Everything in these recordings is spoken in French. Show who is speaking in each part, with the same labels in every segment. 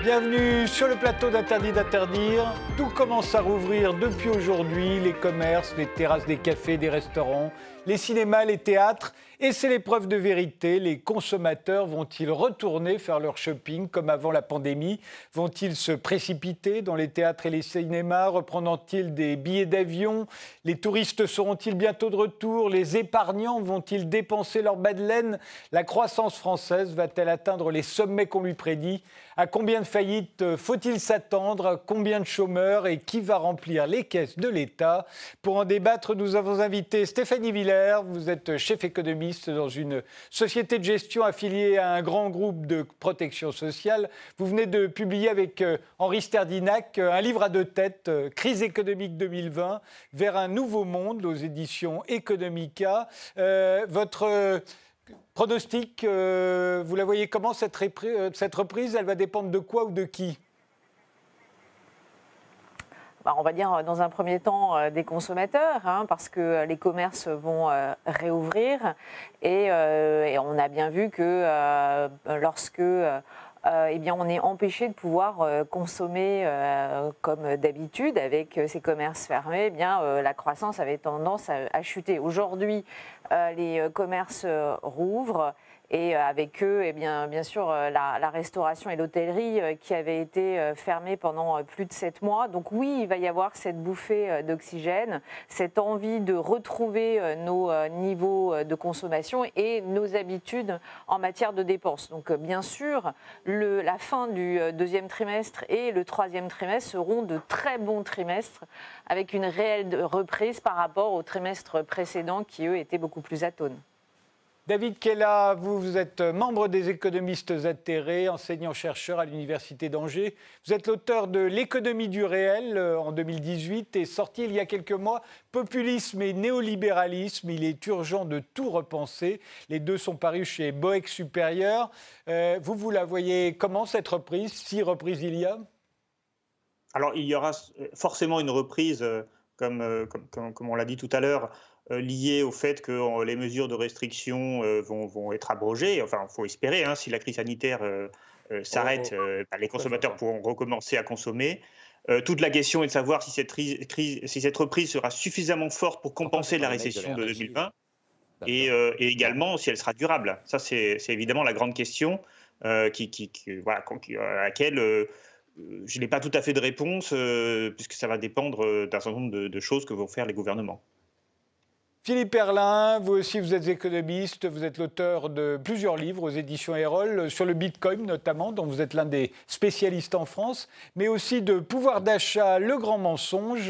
Speaker 1: Bienvenue sur le plateau d'Interdit d'interdire. Tout commence à rouvrir depuis aujourd'hui, les commerces, les terrasses des cafés, des restaurants, les cinémas, les théâtres. Et c'est l'épreuve de vérité. Les consommateurs vont-ils retourner faire leur shopping comme avant la pandémie? Vont-ils se précipiter dans les théâtres et les cinémas? Reprendront-ils des billets d'avion? Les touristes seront-ils bientôt de retour? Les épargnants vont-ils dépenser leur bas de laine? La croissance française va-t-elle atteindre les sommets qu'on lui prédit? À combien de faillites faut-il s'attendre? Combien de chômeurs? Et qui va remplir les caisses de l'État? Pour en débattre, nous avons invité Stéphanie Villers. Vous êtes chef économiste dans une société de gestion affiliée à un grand groupe de protection sociale. Vous venez de publier avec Henri Sterdinac un livre à deux têtes, Crise économique 2020, vers un nouveau monde aux éditions Economica. Votre pronostic, vous la voyez comment cette reprise? Elle va dépendre de quoi ou de qui?
Speaker 2: On va dire dans un premier temps des consommateurs, parce que les commerces vont réouvrir et on a bien vu que lorsque on est empêché de pouvoir consommer comme d'habitude avec ces commerces fermés, la croissance avait tendance à chuter. Aujourd'hui, les commerces rouvrent. Et avec eux, bien sûr, la restauration et l'hôtellerie qui avaient été fermées pendant plus de 7 mois. Donc oui, il va y avoir cette bouffée d'oxygène, cette envie de retrouver nos niveaux de consommation et nos habitudes en matière de dépenses. Donc bien sûr, la fin du deuxième trimestre et le troisième trimestre seront de très bons trimestres avec une réelle reprise par rapport aux trimestres précédents qui, eux, étaient beaucoup plus atones.
Speaker 1: David Kella, vous êtes membre des économistes atterrés, enseignant-chercheur à l'Université d'Angers. Vous êtes l'auteur de L'économie du réel en 2018 et sorti il y a quelques mois Populisme et néolibéralisme. Il est urgent de tout repenser. Les deux sont parus chez Boeck Supérieur. Vous la voyez comment cette reprise, si reprise il y a?
Speaker 3: Alors il y aura forcément une reprise, comme on l'a dit tout à l'heure, lié au fait que les mesures de restriction vont être abrogées. Enfin, il faut espérer, si la crise sanitaire s'arrête, les consommateurs pourront recommencer à consommer. Toute la question est de savoir si cette reprise sera suffisamment forte pour compenser la récession de 2020 et également si elle sera durable. Ça, c'est évidemment la grande question à laquelle je n'ai pas tout à fait de réponse, puisque ça va dépendre d'un certain nombre de choses que vont faire les gouvernements.
Speaker 1: Philippe Herrlin, vous aussi vous êtes économiste, vous êtes l'auteur de plusieurs livres aux éditions Erol, sur le Bitcoin notamment, dont vous êtes l'un des spécialistes en France, mais aussi de pouvoir d'achat, le grand mensonge.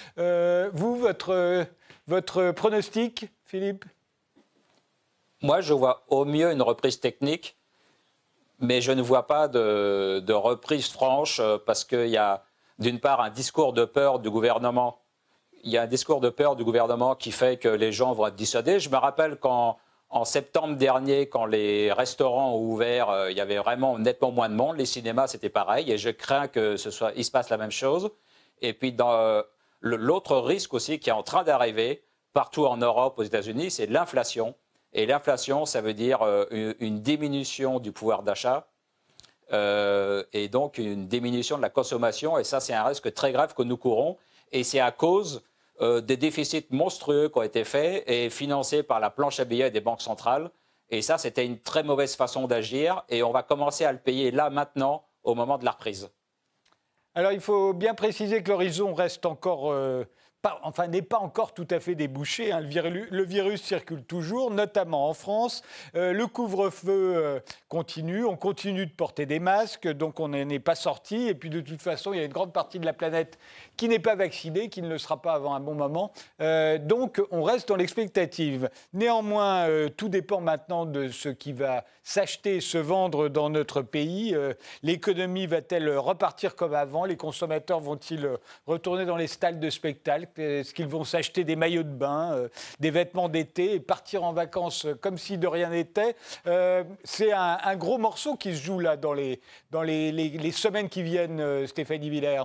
Speaker 1: Votre pronostic, Philippe?
Speaker 4: Moi, je vois au mieux une reprise technique, mais je ne vois pas de reprise franche, parce qu'il y a d'une part un discours de peur du gouvernement. Il y a un discours de peur du gouvernement qui fait que les gens vont être dissuadés. Je me rappelle qu'en septembre dernier, quand les restaurants ont ouvert, il y avait vraiment nettement moins de monde. Les cinémas, c'était pareil. Et je crains qu'il se passe la même chose. Et puis, l'autre risque aussi qui est en train d'arriver partout en Europe, aux États-Unis, c'est l'inflation. Et l'inflation, ça veut dire une diminution du pouvoir d'achat. Et donc, une diminution de la consommation. Et ça, c'est un risque très grave que nous courons. Et c'est à cause des déficits monstrueux qui ont été faits et financés par la planche à billets des banques centrales. Et ça, c'était une très mauvaise façon d'agir. Et on va commencer à le payer là, maintenant, au moment de la reprise.
Speaker 1: Alors, il faut bien préciser que l'horizon reste encore... n'est pas encore tout à fait débouché. Le virus circule toujours, notamment en France. Le couvre-feu continue. On continue de porter des masques, donc on n'en est pas sorti. Et puis de toute façon, il y a une grande partie de la planète qui n'est pas vaccinée, qui ne le sera pas avant un bon moment. Donc on reste dans l'expectative. Néanmoins, tout dépend maintenant de ce qui va s'acheter, se vendre dans notre pays. L'économie va-t-elle repartir comme avant? Les consommateurs vont-ils retourner dans les salles de spectacle? Est-ce qu'ils vont s'acheter des maillots de bain, des vêtements d'été et partir en vacances comme si de rien n'était? C'est un gros morceau qui se joue là dans les semaines qui viennent, Stéphanie Villers.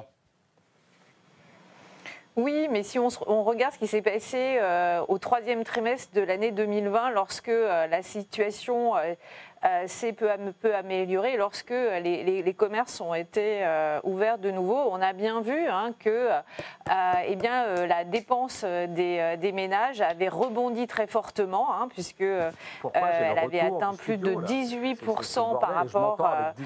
Speaker 2: Oui, mais si on regarde ce qui s'est passé au troisième trimestre de l'année 2020, lorsque la situation s'est peu à peu amélioré lorsque les commerces ont été ouverts de nouveau. On a bien vu que la dépense des ménages avait rebondi très fortement, puisque elle avait atteint plus de 18% par rapport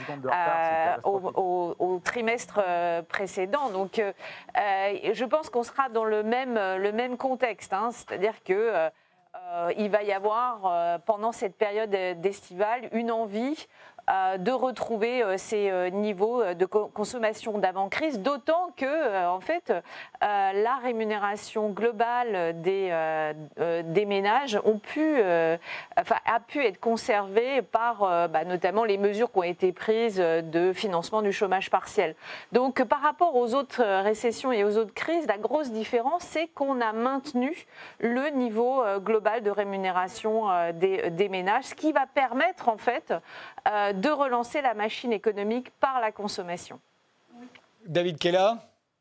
Speaker 2: au trimestre précédent. Donc, je pense qu'on sera dans le même contexte, c'est-à-dire que il va y avoir pendant cette période estivale une envie de retrouver ces niveaux de consommation d'avant-crise, d'autant que en fait la rémunération globale des ménages a pu être conservée par notamment les mesures qui ont été prises de financement du chômage partiel. Donc par rapport aux autres récessions et aux autres crises, la grosse différence, c'est qu'on a maintenu le niveau global de rémunération des ménages, ce qui va permettre en fait de relancer la machine économique par la consommation.
Speaker 1: David Kella.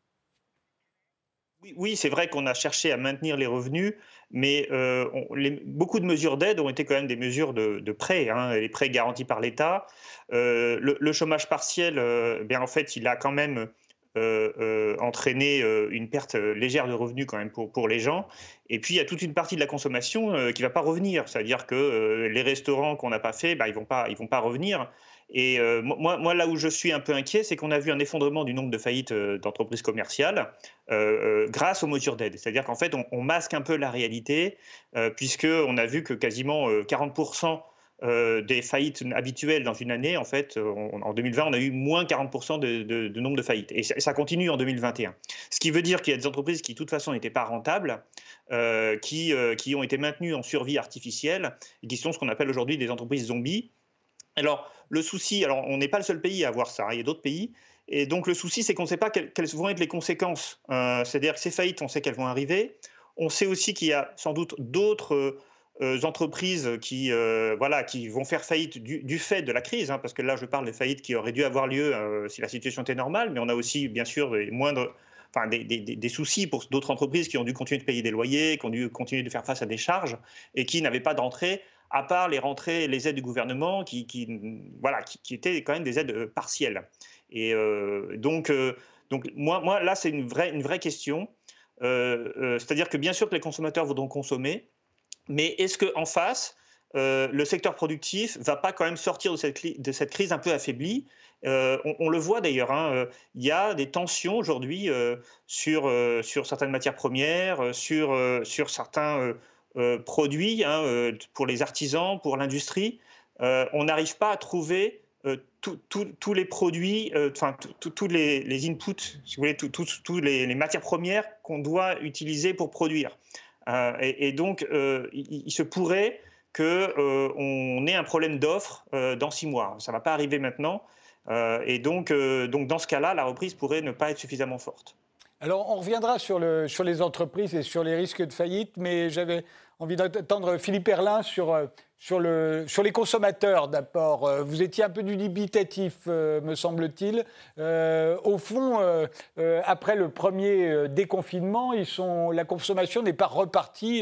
Speaker 3: Oui, c'est vrai qu'on a cherché à maintenir les revenus, mais beaucoup de mesures d'aide ont été quand même des mesures de prêts, les prêts garantis par l'État. Le chômage partiel, en fait, il a quand même entraîné une perte légère de revenus quand même pour les gens. Et puis, il y a toute une partie de la consommation qui ne va pas revenir. C'est-à-dire que les restaurants qu'on n'a pas fait, ils vont pas revenir. Et moi, là où je suis un peu inquiet, c'est qu'on a vu un effondrement du nombre de faillites d'entreprises commerciales grâce aux mesures d'aide. C'est-à-dire qu'en fait, on masque un peu la réalité, puisqu'on a vu que quasiment 40% des faillites habituelles dans une année, en fait, en 2020, on a eu moins 40% de nombre de faillites. Et ça continue en 2021. Ce qui veut dire qu'il y a des entreprises qui, de toute façon, n'étaient pas rentables, qui ont été maintenues en survie artificielle, et qui sont ce qu'on appelle aujourd'hui des entreprises zombies. Alors, le souci, on n'est pas le seul pays à avoir ça, il y a d'autres pays. Et donc, le souci, c'est qu'on ne sait pas quelles vont être les conséquences. C'est-à-dire que ces faillites, on sait qu'elles vont arriver. On sait aussi qu'il y a sans doute d'autres entreprises qui vont faire faillite du fait de la crise, parce que là, je parle des faillites qui auraient dû avoir lieu si la situation était normale, mais on a aussi, bien sûr, des soucis pour d'autres entreprises qui ont dû continuer de payer des loyers, qui ont dû continuer de faire face à des charges et qui n'avaient pas d'entrée, à part les rentrées, les aides du gouvernement qui étaient quand même des aides partielles. Et donc moi, là, c'est une vraie question. C'est-à-dire que bien sûr que les consommateurs voudront consommer, mais est-ce qu'en face, le secteur productif ne va pas quand même sortir de cette crise un peu affaiblie ? On le voit d'ailleurs, il y a des tensions aujourd'hui sur certaines matières premières, sur certains produits pour les artisans, pour l'industrie. On n'arrive pas à trouver tous les produits, tous les inputs, si vous voulez, toutes les matières premières qu'on doit utiliser pour produire. Et donc, il se pourrait qu'on ait un problème d'offre dans 6 mois. Ça ne va pas arriver maintenant. Et donc, dans ce cas-là, la reprise pourrait ne pas être suffisamment forte.
Speaker 1: Alors, on reviendra sur les entreprises et sur les risques de faillite, mais j'avais envie d'entendre Philippe Herrlin sur les consommateurs d'abord. Vous étiez un peu dubitatif, me semble-t-il. Au fond, après le premier déconfinement, la consommation n'est pas repartie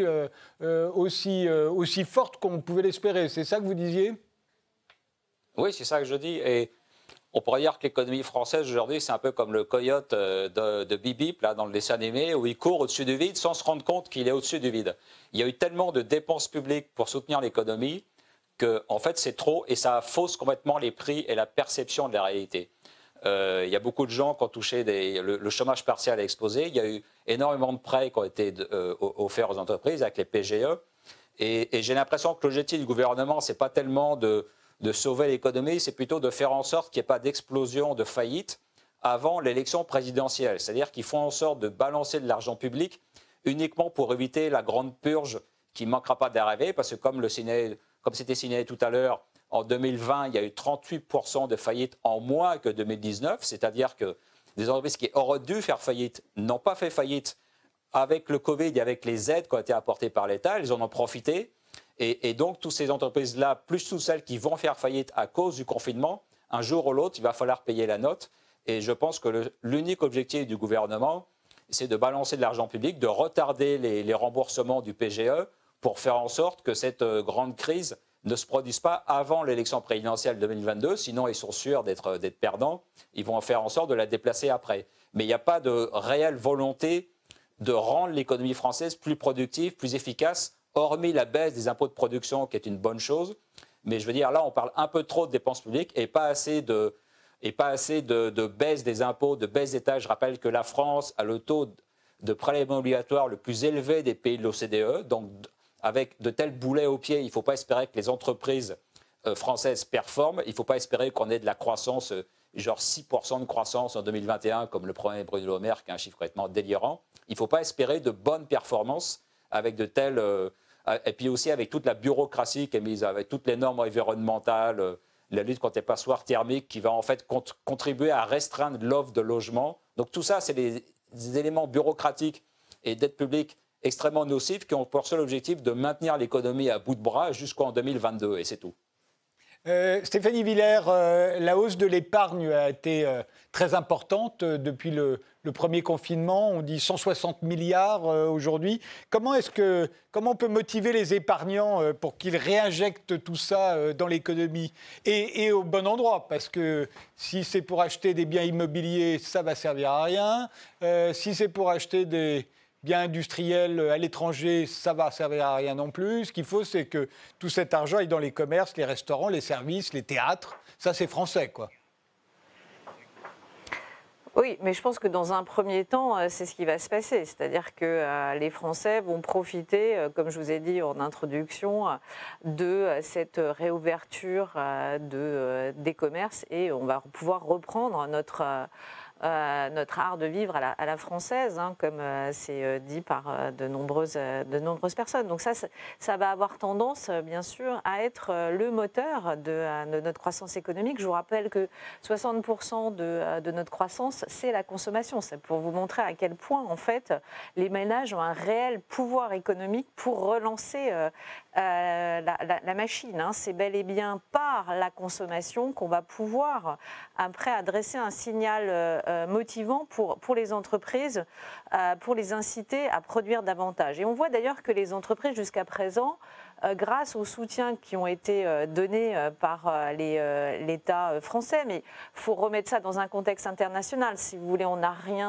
Speaker 1: aussi forte qu'on pouvait l'espérer. C'est ça que vous disiez ?
Speaker 4: Oui, c'est ça que je dis. Et on pourrait dire que l'économie française aujourd'hui, c'est un peu comme le coyote de Bip Bip, là, dans le dessin animé, où il court au-dessus du vide sans se rendre compte qu'il est au-dessus du vide. Il y a eu tellement de dépenses publiques pour soutenir l'économie que, en fait, c'est trop et ça fausse complètement les prix et la perception de la réalité. Il y a beaucoup de gens qui ont touché le chômage partiel a explosé. Il y a eu énormément de prêts qui ont été offerts aux entreprises avec les PGE. Et j'ai l'impression que l'objectif du gouvernement, ce n'est pas tellement de sauver l'économie, c'est plutôt de faire en sorte qu'il n'y ait pas d'explosion, de faillite avant l'élection présidentielle. C'est-à-dire qu'ils font en sorte de balancer de l'argent public uniquement pour éviter la grande purge qui ne manquera pas d'arriver, parce que comme c'était signalé tout à l'heure, en 2020, il y a eu 38% de faillites en moins que 2019, c'est-à-dire que des entreprises qui auraient dû faire faillite n'ont pas fait faillite avec le Covid et avec les aides qui ont été apportées par l'État, elles en ont profité. Et donc, toutes ces entreprises-là, plus toutes celles qui vont faire faillite à cause du confinement, un jour ou l'autre, il va falloir payer la note. Et je pense que l'unique objectif du gouvernement, c'est de balancer de l'argent public, de retarder les remboursements du PGE pour faire en sorte que cette grande crise ne se produisent pas avant l'élection présidentielle 2022, sinon ils sont sûrs d'être perdants, ils vont faire en sorte de la déplacer après. Mais il n'y a pas de réelle volonté de rendre l'économie française plus productive, plus efficace, hormis la baisse des impôts de production qui est une bonne chose. Mais je veux dire, là, on parle un peu trop de dépenses publiques et pas assez de baisse des impôts, de baisse des taxes. Je rappelle que la France a le taux de prélèvement obligatoire le plus élevé des pays de l'OCDE. Donc, avec de tels boulets aux pieds, il ne faut pas espérer que les entreprises françaises performent. Il ne faut pas espérer qu'on ait de la croissance, genre 6% de croissance en 2021, comme le promet Bruno Le Maire, qui est un chiffre complètement délirant. Il ne faut pas espérer de bonnes performances avec de telles... et puis aussi avec toute la bureaucratie qui est mise, avec toutes les normes environnementales, la lutte contre les passoires thermiques qui va en fait contribuer à restreindre l'offre de logement. Donc tout ça, c'est des éléments bureaucratiques et d'aide publique extrêmement nocifs qui ont pour seul objectif de maintenir l'économie à bout de bras jusqu'en 2022, et c'est tout.
Speaker 1: Stéphanie Villers, la hausse de l'épargne a été très importante depuis le premier confinement. On dit 160 milliards aujourd'hui. Comment on peut motiver les épargnants pour qu'ils réinjectent tout ça dans l'économie et au bon endroit? Parce que si c'est pour acheter des biens immobiliers, ça va servir à rien. Si c'est pour acheter des biens industriels à l'étranger, ça va servir à rien non plus. Ce qu'il faut, c'est que tout cet argent aille dans les commerces, les restaurants, les services, les théâtres. Ça, c'est français, quoi.
Speaker 2: Oui, mais je pense que dans un premier temps, c'est ce qui va se passer. C'est-à-dire que les Français vont profiter, comme je vous ai dit en introduction, de cette réouverture des commerces et on va pouvoir reprendre notre art de vivre à la française, hein, comme c'est dit par de nombreuses personnes. Donc ça va avoir tendance, bien sûr, à être le moteur de notre croissance économique. Je vous rappelle que 60% de notre croissance, c'est la consommation. C'est pour vous montrer à quel point, en fait, les ménages ont un réel pouvoir économique pour relancer la machine. Hein. C'est bel et bien par la consommation qu'on va pouvoir, après, adresser un signal motivant pour les entreprises, pour les inciter à produire davantage. Et on voit d'ailleurs que les entreprises, jusqu'à présent, grâce aux soutiens qui ont été donnés par l'État français, mais il faut remettre ça dans un contexte international. Si vous voulez, on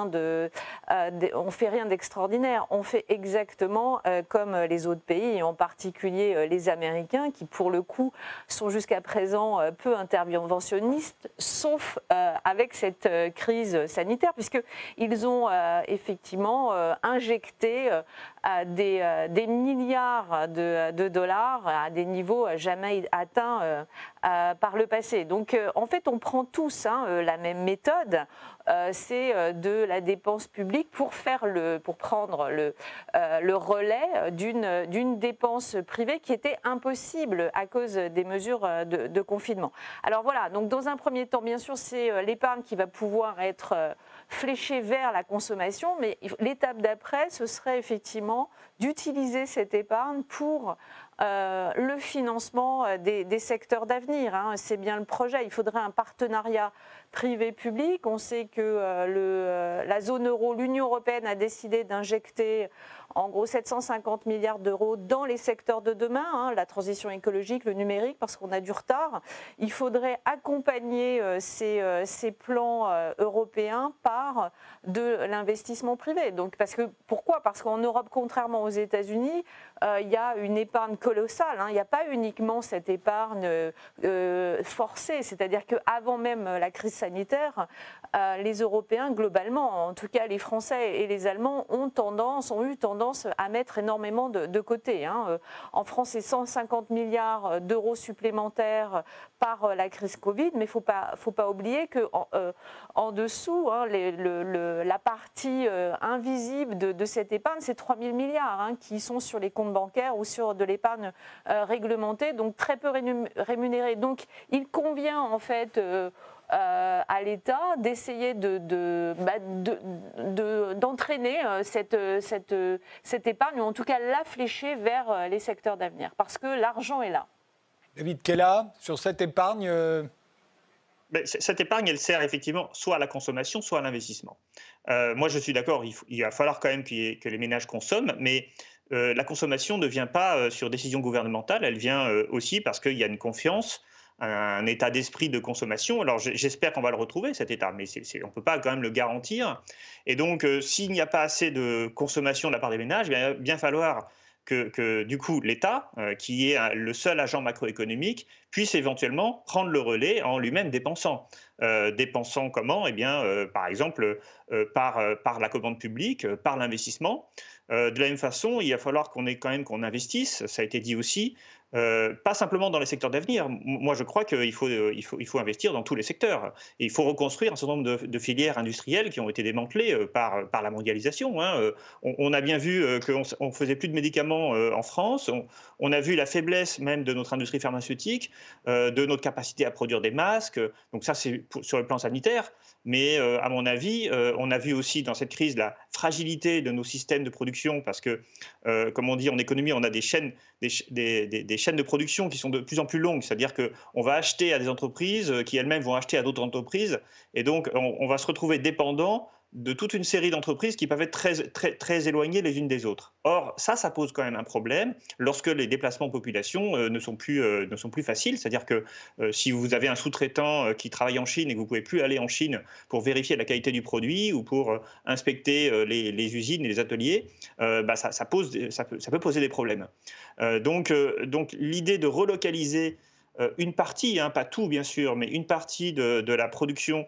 Speaker 2: fait rien d'extraordinaire. On fait exactement comme les autres pays, et en particulier les Américains, qui pour le coup sont jusqu'à présent peu interventionnistes, sauf avec cette crise sanitaire, puisqu'ils ont effectivement injecté des milliards de dollars à des niveaux jamais atteints par le passé. Donc en fait, on prend tous la même méthode, c'est de la dépense publique pour prendre le relais d'une dépense privée qui était impossible à cause des mesures de confinement. Alors voilà, donc dans un premier temps, bien sûr, c'est l'épargne qui va pouvoir être fléchée vers la consommation, mais l'étape d'après, ce serait effectivement d'utiliser cette épargne pour le financement des secteurs d'avenir. Hein. C'est bien le projet. Il faudrait un partenariat privé-public. On sait que la zone euro, l'Union européenne a décidé d'injecter en gros 750 milliards d'euros dans les secteurs de demain, hein, la transition écologique, le numérique, parce qu'on a du retard. Il faudrait accompagner ces plans européens par de l'investissement privé. Donc, pourquoi ? Parce qu'en Europe, contrairement aux États-Unis, il y a une épargne colossale. Hein. Il n'y a pas uniquement cette épargne forcée, c'est-à-dire qu'avant même la crise sanitaire, les Européens, globalement, en tout cas les Français et les Allemands, ont eu tendance à mettre énormément de côté. Hein. En France, c'est 150 milliards d'euros supplémentaires par la crise Covid, mais il ne faut pas oublier qu'en dessous, hein, la partie invisible de cette épargne, c'est 3 000 milliards hein, qui sont sur les comptes bancaires ou sur de l'épargne réglementée, donc très peu rémunérée. Donc il convient en fait à l'État d'essayer d'entraîner cette épargne, ou en tout cas la flécher vers les secteurs d'avenir, parce que l'argent est là.
Speaker 1: David Kella, sur cette épargne
Speaker 3: Cette épargne, elle sert effectivement soit à la consommation, soit à l'investissement. Moi, je suis d'accord, il va falloir quand même que les ménages consomment, mais la consommation ne vient pas sur décision gouvernementale, elle vient aussi parce qu'il y a une confiance, un état d'esprit de consommation. Alors j'espère qu'on va le retrouver, cet état, mais on ne peut pas quand même le garantir. Et donc, s'il n'y a pas assez de consommation de la part des ménages, il va bien falloir que du coup, l'État, qui est le seul agent macroéconomique, puisse éventuellement prendre le relais en lui-même dépensant. Dépensant comment? Eh bien, par exemple, par la commande publique, par l'investissement. De la même façon, il va falloir qu'on investisse, ça a été dit aussi, pas simplement dans les secteurs d'avenir. Moi, je crois qu'il faut investir dans tous les secteurs. Et il faut reconstruire un certain nombre de filières industrielles qui ont été démantelées par la mondialisation. Hein. On a bien vu qu'on ne faisait plus de médicaments en France. On a vu la faiblesse même de notre industrie pharmaceutique, de notre capacité à produire des masques. Donc ça, c'est sur le plan sanitaire. Mais à mon avis, on a vu aussi dans cette crise la fragilité de nos systèmes de production parce que, comme on dit en économie, on a des chaînes de production qui sont de plus en plus longues. C'est-à-dire qu'on va acheter à des entreprises qui elles-mêmes vont acheter à d'autres entreprises. Et donc, on va se retrouver dépendant de toute une série d'entreprises qui peuvent être très éloignées les unes des autres. Or, ça pose quand même un problème lorsque les déplacements de population ne sont plus faciles. C'est-à-dire que si vous avez un sous-traitant qui travaille en Chine et que vous ne pouvez plus aller en Chine pour vérifier la qualité du produit ou pour inspecter les usines et les ateliers, ça peut poser des problèmes. Donc l'idée de relocaliser une partie, pas tout bien sûr, mais une partie de la production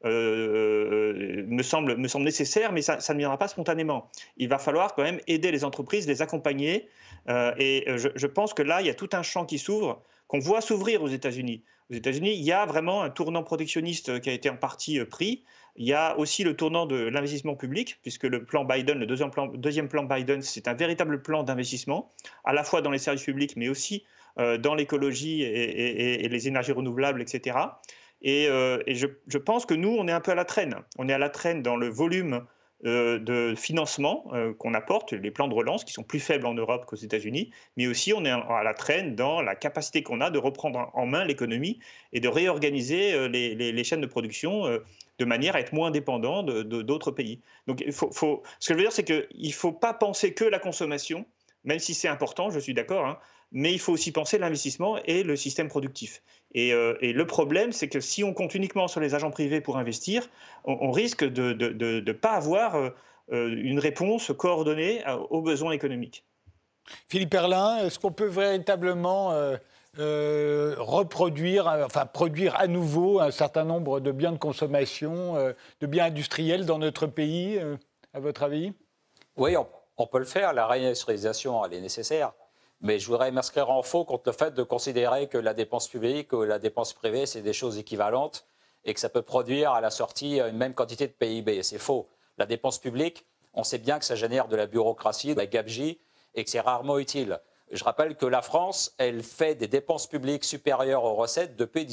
Speaker 3: me semble nécessaire, mais ça ne viendra pas spontanément. Il va falloir quand même aider les entreprises, les accompagner. Et je pense que là, il y a tout un champ qui s'ouvre, qu'on voit s'ouvrir aux États-Unis. Aux États-Unis, il y a vraiment un tournant protectionniste qui a été en partie pris. Il y a aussi le tournant de l'investissement public, puisque le plan Biden, le deuxième plan Biden, c'est un véritable plan d'investissement, à la fois dans les services publics, mais aussi dans l'écologie et les énergies renouvelables, etc. Et je pense que nous, on est un peu à la traîne. On est à la traîne dans le volume de financement qu'on apporte, les plans de relance qui sont plus faibles en Europe qu'aux États-Unis, mais aussi on est à la traîne dans la capacité qu'on a de reprendre en main l'économie et de réorganiser les chaînes de production de manière à être moins dépendant d'autres pays. Donc ce que je veux dire, c'est qu'il ne faut pas penser que la consommation, même si c'est important, je suis d'accord, hein, mais il faut aussi penser l'investissement et le système productif. Et le problème, c'est que si on compte uniquement sur les agents privés pour investir, on risque de ne pas avoir une réponse coordonnée aux besoins économiques.
Speaker 1: Philippe Herrlin, est-ce qu'on peut véritablement produire à nouveau un certain nombre de biens de consommation, de biens industriels dans notre pays, à votre avis?
Speaker 4: Oui, on peut le faire. La réindustrialisation, elle est nécessaire. Mais je voudrais m'inscrire en faux contre le fait de considérer que la dépense publique ou la dépense privée, c'est des choses équivalentes et que ça peut produire à la sortie une même quantité de PIB. C'est faux. La dépense publique, on sait bien que ça génère de la bureaucratie, de la gabegie et que c'est rarement utile. Je rappelle que la France, elle fait des dépenses publiques supérieures aux recettes depuis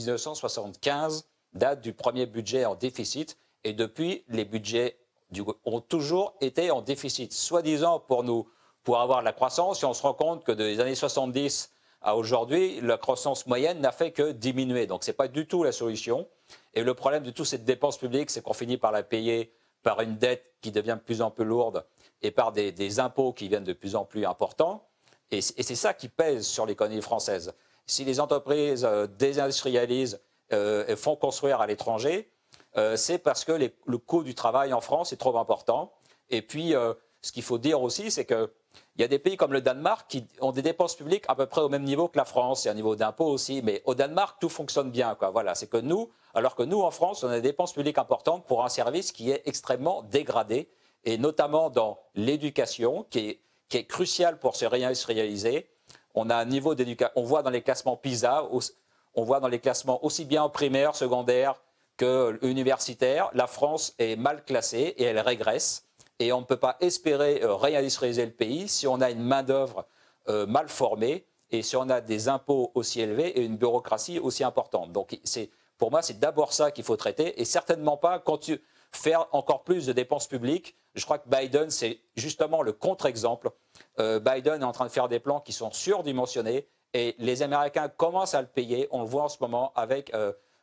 Speaker 4: 1975, date du premier budget en déficit. Et depuis, les budgets ont toujours été en déficit, soi-disant pour avoir de la croissance, et on se rend compte que des années 70 à aujourd'hui, la croissance moyenne n'a fait que diminuer. Donc, ce n'est pas du tout la solution. Et le problème de toute cette dépense publique, c'est qu'on finit par la payer par une dette qui devient de plus en plus lourde et par des impôts qui viennent de plus en plus importants. Et c'est ça qui pèse sur l'économie française. Si les entreprises désindustrialisent et font construire à l'étranger, c'est parce que le coût du travail en France est trop important. Et puis, ce qu'il faut dire aussi, c'est qu'il y a des pays comme le Danemark qui ont des dépenses publiques à peu près au même niveau que la France, et un niveau d'impôt aussi. Mais au Danemark, tout fonctionne bien, quoi. Voilà, c'est que alors que nous, en France, on a des dépenses publiques importantes pour un service qui est extrêmement dégradé, et notamment dans l'éducation, qui est crucial pour se réindustrialiser. On a un niveau d'éducation, on voit dans les classements PISA, on voit dans les classements aussi bien primaire, secondaire que universitaire, la France est mal classée et elle régresse. Et on ne peut pas espérer réindustrialiser le pays si on a une main-d'œuvre mal formée et si on a des impôts aussi élevés et une bureaucratie aussi importante. Donc, pour moi, c'est d'abord ça qu'il faut traiter et certainement pas faire encore plus de dépenses publiques. Je crois que Biden, c'est justement le contre-exemple. Biden est en train de faire des plans qui sont surdimensionnés et les Américains commencent à le payer. On le voit en ce moment avec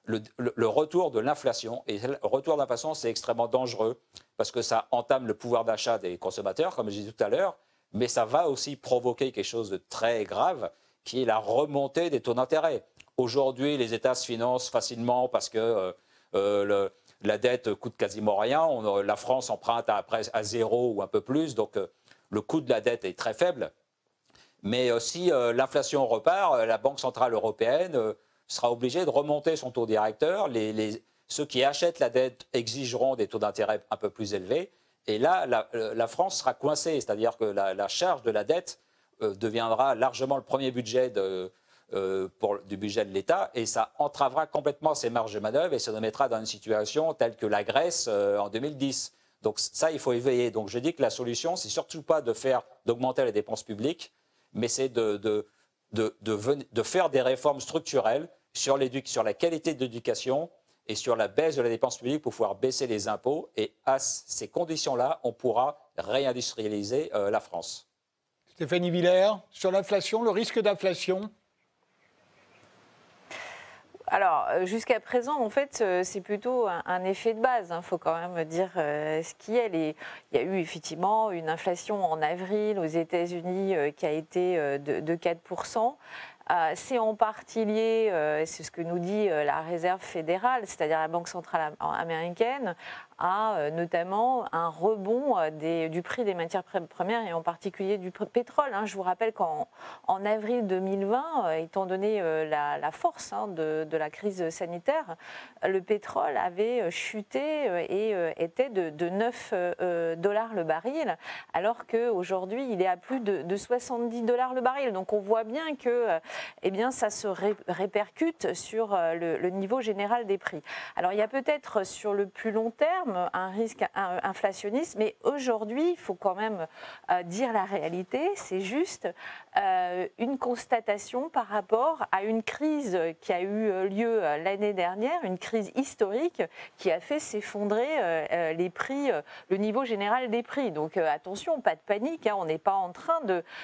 Speaker 4: le retour de l'inflation. Et le retour de l'inflation, c'est extrêmement dangereux parce que ça entame le pouvoir d'achat des consommateurs, comme je disais tout à l'heure. mais ça va aussi provoquer quelque chose de très grave, qui est la remontée des taux d'intérêt. Aujourd'hui, les États se financent facilement parce que la dette coûte quasiment rien. La France emprunte à 0 ou un peu plus, donc le coût de la dette est très faible. Mais si l'inflation repart, la Banque centrale européenne sera obligée de remonter son taux directeur. Ceux qui achètent la dette exigeront des taux d'intérêt un peu plus élevés. Et là, la France sera coincée, c'est-à-dire que la charge de la dette deviendra largement le premier budget du budget de l'État, et ça entravera complètement ses marges de manœuvre et ça nous mettra dans une situation telle que la Grèce en 2010. Donc ça, il faut y veiller. Donc je dis que la solution, c'est surtout pas d'augmenter les dépenses publiques, mais c'est de faire des réformes structurelles sur la qualité de l'éducation et sur la baisse de la dépense publique pour pouvoir baisser les impôts. Et à ces conditions-là, on pourra réindustrialiser la France.
Speaker 1: Stéphanie Villers, sur l'inflation, le risque d'inflation?
Speaker 2: Alors, jusqu'à présent, en fait, c'est plutôt un effet de base. Il faut quand même dire ce qui est. Il y a eu effectivement une inflation en avril aux États-Unis qui a été de 4%. C'est en partie lié, c'est ce que nous dit la Réserve fédérale, c'est-à-dire la Banque centrale américaine, à notamment un rebond du prix des matières premières et en particulier du pétrole. Je vous rappelle qu'en avril 2020, étant donné la force de la crise sanitaire, le pétrole avait chuté et était de 9 $ le baril, alors qu'aujourd'hui, il est à plus de 70 $ le baril. Donc on voit bien que ça se répercute sur le niveau général des prix. Alors il y a peut-être sur le plus long terme un risque inflationniste, mais aujourd'hui, il faut quand même dire la réalité, c'est juste une constatation par rapport à une crise qui a eu lieu l'année dernière, une crise historique qui a fait s'effondrer les prix, le niveau général des prix. Donc attention, pas de panique, on n'est pas en train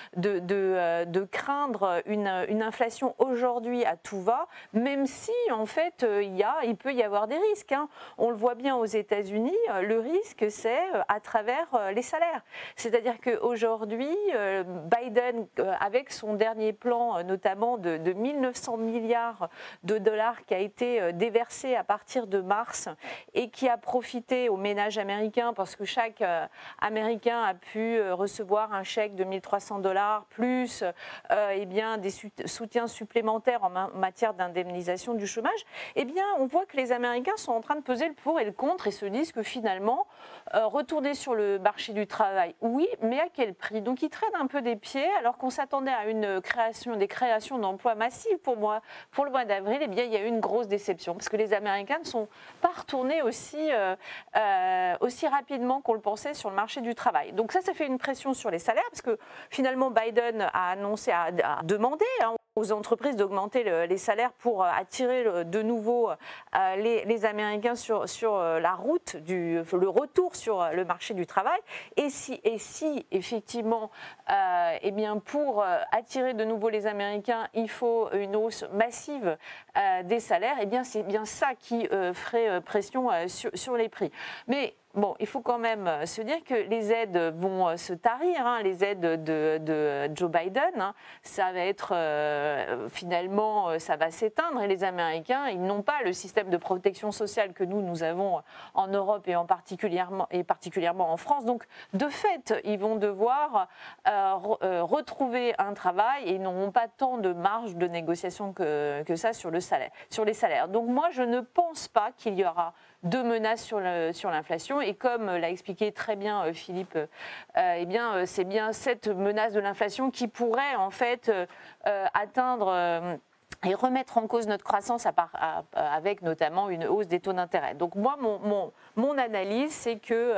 Speaker 2: de craindre une inflation aujourd'hui à tout va, même si en fait il peut y avoir des risques. On le voit bien aux États-Unis, le risque c'est à travers les salaires. C'est-à-dire qu'aujourd'hui, Biden, avec son dernier plan notamment de 1 900 milliards de dollars qui a été déversé à partir de mars et qui a profité aux ménages américains parce que chaque Américain a pu recevoir un chèque de 1 300 $ plus des soutiens supplémentaires en matière d'indemnisation du chômage, on voit que les Américains sont en train de peser le pour et le contre et se disent que finalement, retourner sur le marché du travail, oui, mais à quel prix? Donc ils traînent un peu des pieds alors qu'on s'attendait à des créations d'emplois massives pour le mois d'avril. Il y a eu une grosse déception parce que les Américains ne sont pas retournés aussi rapidement qu'on le pensait sur le marché du travail. Donc ça fait une pression sur les salaires parce que finalement Biden a demandé aux entreprises d'augmenter les salaires pour attirer de nouveau les Américains sur la route le retour sur le marché du travail. Et si effectivement, pour attirer de nouveau les Américains, il faut une hausse massive des salaires, c'est bien ça qui ferait pression sur les prix. Mais bon, il faut quand même se dire que les aides vont se tarir, les aides de Joe Biden, ça va être finalement, ça va s'éteindre et les Américains, ils n'ont pas le système de protection sociale que nous avons en Europe et particulièrement en France. Donc, de fait, ils vont devoir retrouver un travail et ils n'auront pas tant de marge de négociation que ça sur les salaires. Donc, moi, je ne pense pas qu'il y aura de menaces sur l'inflation. Et comme l'a expliqué très bien Philippe, c'est bien cette menace de l'inflation qui pourrait en fait atteindre et remettre en cause notre croissance avec notamment une hausse des taux d'intérêt. Donc moi, mon analyse, c'est que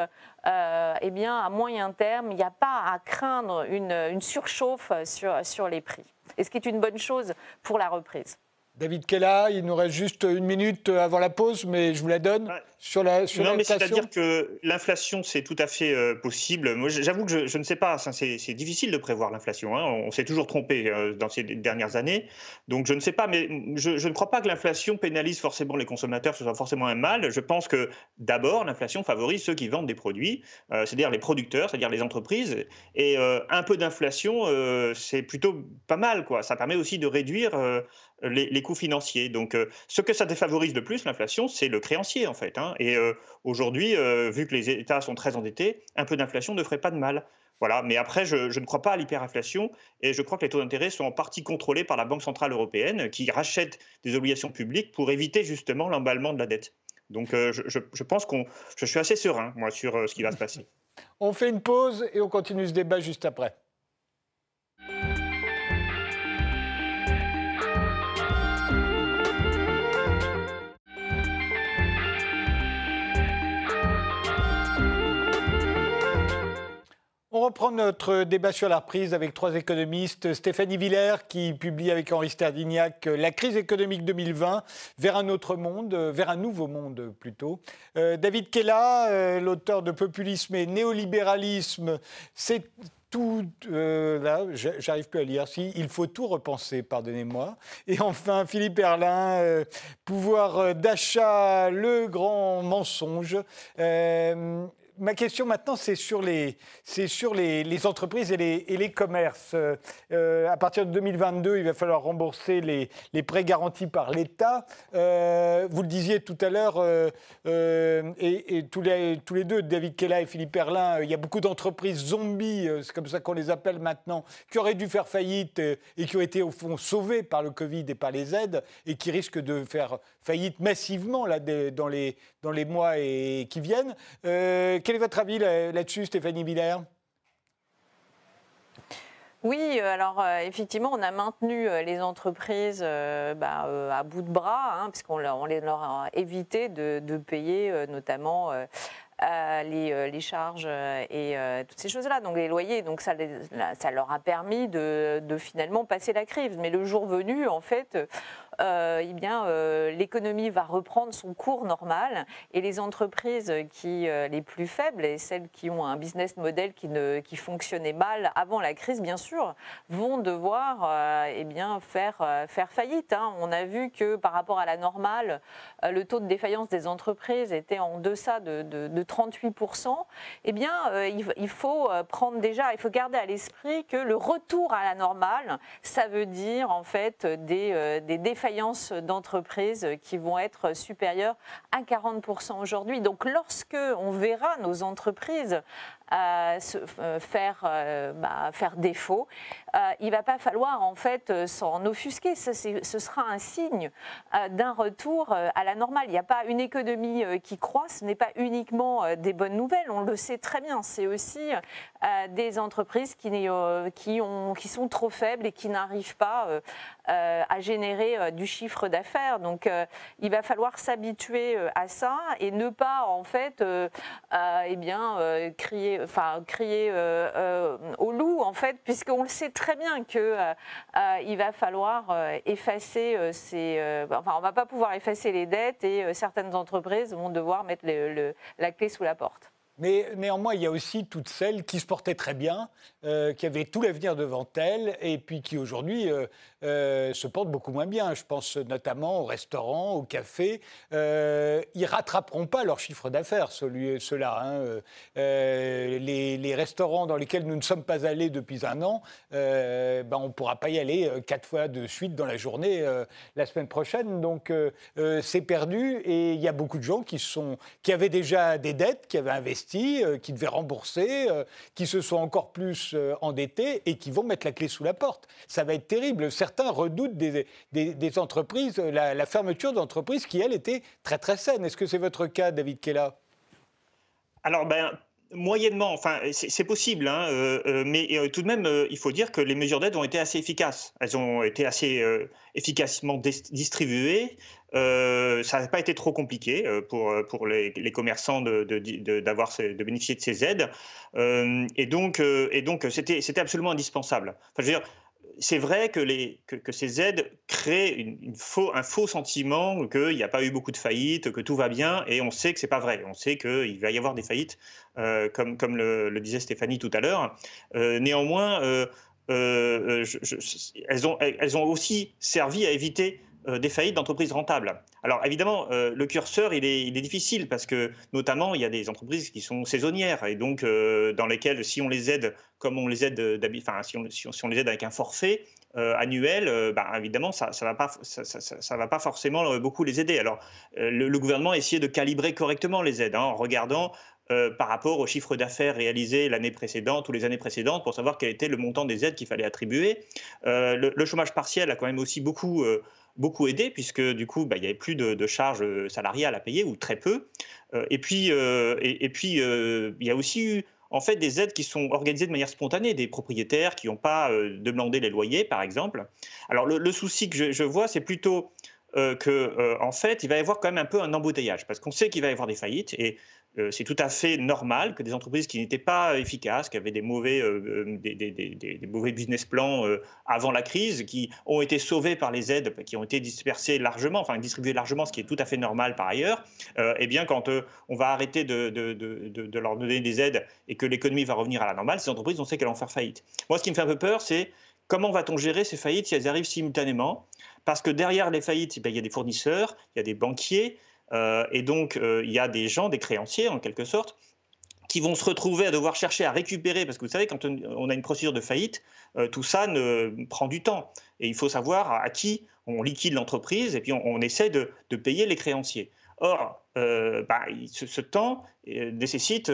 Speaker 2: à moyen terme, il n'y a pas à craindre une surchauffe sur les prix. Et ce qui est une bonne chose pour la reprise.
Speaker 1: David Kella, il nous reste juste une minute avant la pause, mais je vous la donne. Sur l'inflation.
Speaker 3: Non, mais c'est-à-dire que l'inflation, c'est tout à fait possible. Moi, j'avoue que je ne sais pas, c'est difficile de prévoir l'inflation. Hein. On s'est toujours trompé dans ces dernières années. Donc, je ne sais pas, mais je ne crois pas que l'inflation pénalise forcément les consommateurs, que ce soit forcément un mal. Je pense que, d'abord, l'inflation favorise ceux qui vendent des produits, c'est-à-dire les producteurs, c'est-à-dire les entreprises. Et un peu d'inflation, c'est plutôt pas mal, quoi. Ça permet aussi de réduire les coûts financiers. Donc, ce que ça défavorise le plus, l'inflation, c'est le créancier, en fait. Hein. Et aujourd'hui, vu que les États sont très endettés, un peu d'inflation ne ferait pas de mal. Voilà. Mais après, je ne crois pas à l'hyperinflation et je crois que les taux d'intérêt sont en partie contrôlés par la Banque centrale européenne qui rachète des obligations publiques pour éviter justement l'emballement de la dette. Donc, je pense je suis assez serein, moi, sur ce qui va se passer.
Speaker 1: On fait une pause et on continue ce débat juste après. On reprend notre débat sur la reprise avec trois économistes. Stéphanie Villers qui publie avec Henri Sterdignac La crise économique 2020 vers un autre monde, vers un nouveau monde plutôt. David Kella, l'auteur de Populisme et néolibéralisme, c'est tout, là, j'arrive plus à lire. Si, il faut tout repenser, pardonnez-moi. Et enfin, Philippe Herrlin, pouvoir d'achat, le grand mensonge. Ma question maintenant, c'est sur les entreprises et les commerces. À partir de 2022, il va falloir rembourser les prêts garantis par l'État. Vous le disiez tout à l'heure, et tous les deux, David Kella et Philippe Herrlin, il y a beaucoup d'entreprises zombies, c'est comme ça qu'on les appelle maintenant, qui auraient dû faire faillite et qui ont été au fond sauvées par le Covid et par les aides et qui risquent de faire faillite massivement là, dans les mois qui viennent. Quel est votre avis là-dessus, Stéphanie Villers ?
Speaker 2: Oui, alors effectivement, on a maintenu les entreprises à bout de bras, puisqu'on leur a évité de payer notamment les charges et toutes ces choses-là, donc les loyers. Donc ça leur a permis de finalement passer la crise. Mais le jour venu, en fait, l'économie va reprendre son cours normal et les entreprises les plus faibles et celles qui ont un business model qui fonctionnait mal avant la crise, bien sûr, vont devoir faire faillite. Hein. On a vu que par rapport à la normale, le taux de défaillance des entreprises était en deçà de 38%. Eh bien, il faut garder à l'esprit que le retour à la normale, ça veut dire en fait des défaillances d'entreprises qui vont être supérieures à 40% aujourd'hui. Donc, lorsque on verra nos entreprises faire défaut, il va pas falloir en fait s'en offusquer. Ce sera un signe d'un retour à la normale. Il n'y a pas une économie qui croît, ce n'est pas uniquement des bonnes nouvelles, on le sait très bien. C'est aussi des entreprises qui sont trop faibles et qui n'arrivent pas à générer du chiffre d'affaires. Donc il va falloir s'habituer à ça et ne pas en fait crier au loup, en fait, puisqu'on le sait très bien qu'il va falloir effacer on va pas pouvoir effacer les dettes et certaines entreprises vont devoir mettre la clé sous la porte.
Speaker 1: Mais néanmoins, il y a aussi toutes celles qui se portaient très bien, qui avaient tout l'avenir devant elles, et puis qui aujourd'hui se portent beaucoup moins bien. Je pense notamment aux restaurants, aux cafés. Ils rattraperont pas leur chiffre d'affaires, ceux-là. Hein. Les restaurants dans lesquels nous ne sommes pas allés depuis un an, on ne pourra pas y aller 4 fois de suite dans la journée la semaine prochaine. Donc c'est perdu, et il y a beaucoup de gens qui avaient déjà des dettes, qui avaient investi, qui devaient rembourser, qui se sont encore plus endettés et qui vont mettre la clé sous la porte. Ça va être terrible. Certains redoutent des entreprises, la fermeture d'entreprises qui, elles, étaient très très saines. Est-ce que c'est votre cas, David Kella ?
Speaker 3: Alors, moyennement, enfin, c'est possible, hein, mais tout de même, il faut dire que les mesures d'aide ont été assez efficaces. Elles ont été assez efficacement distribuées. Ça n'a pas été trop compliqué pour les commerçants de bénéficier de ces aides. Et donc, c'était absolument indispensable. Enfin, je veux dire, c'est vrai que ces aides créent un faux sentiment qu'il n'y a pas eu beaucoup de faillites, que tout va bien, et on sait que ce n'est pas vrai. On sait qu'il va y avoir des faillites, comme le disait Stéphanie tout à l'heure. Néanmoins, elles ont aussi servi à éviter des faillites d'entreprises rentables. Alors évidemment, le curseur, il est difficile parce que notamment, il y a des entreprises qui sont saisonnières et donc dans lesquelles, si on les aide comme on les aide, si on les aide avec un forfait annuel, évidemment, ça va pas forcément beaucoup les aider. Alors le gouvernement a essayé de calibrer correctement les aides en regardant par rapport au chiffre d'affaires réalisé l'année précédente ou les années précédentes pour savoir quel était le montant des aides qu'il fallait attribuer. Le chômage partiel a quand même aussi beaucoup aidé, puisque du coup, il n'y avait plus de charges salariales à payer, ou très peu. Et puis, il y a aussi eu en fait des aides qui sont organisées de manière spontanée, des propriétaires qui n'ont pas demandé les loyers, par exemple. Alors, le souci que je vois, c'est plutôt en fait, il va y avoir quand même un peu un embouteillage, parce qu'on sait qu'il va y avoir des faillites, et c'est tout à fait normal que des entreprises qui n'étaient pas efficaces, qui avaient des mauvais business plans avant la crise, qui ont été sauvées par les aides, qui ont été distribuées largement, ce qui est tout à fait normal par ailleurs, eh bien, quand on va arrêter de leur donner des aides et que l'économie va revenir à la normale, ces entreprises, on sait qu'elles vont faire faillite. Moi, ce qui me fait un peu peur, c'est comment va-t-on gérer ces faillites si elles arrivent simultanément ? Parce que derrière les faillites, il y a des fournisseurs, il y a des banquiers, et donc il y a des gens, des créanciers en quelque sorte, qui vont se retrouver à devoir chercher à récupérer, parce que vous savez, quand on a une procédure de faillite, tout ça prend du temps. Et il faut savoir à qui on liquide l'entreprise, et puis on essaie de payer les créanciers. Or, ce temps nécessite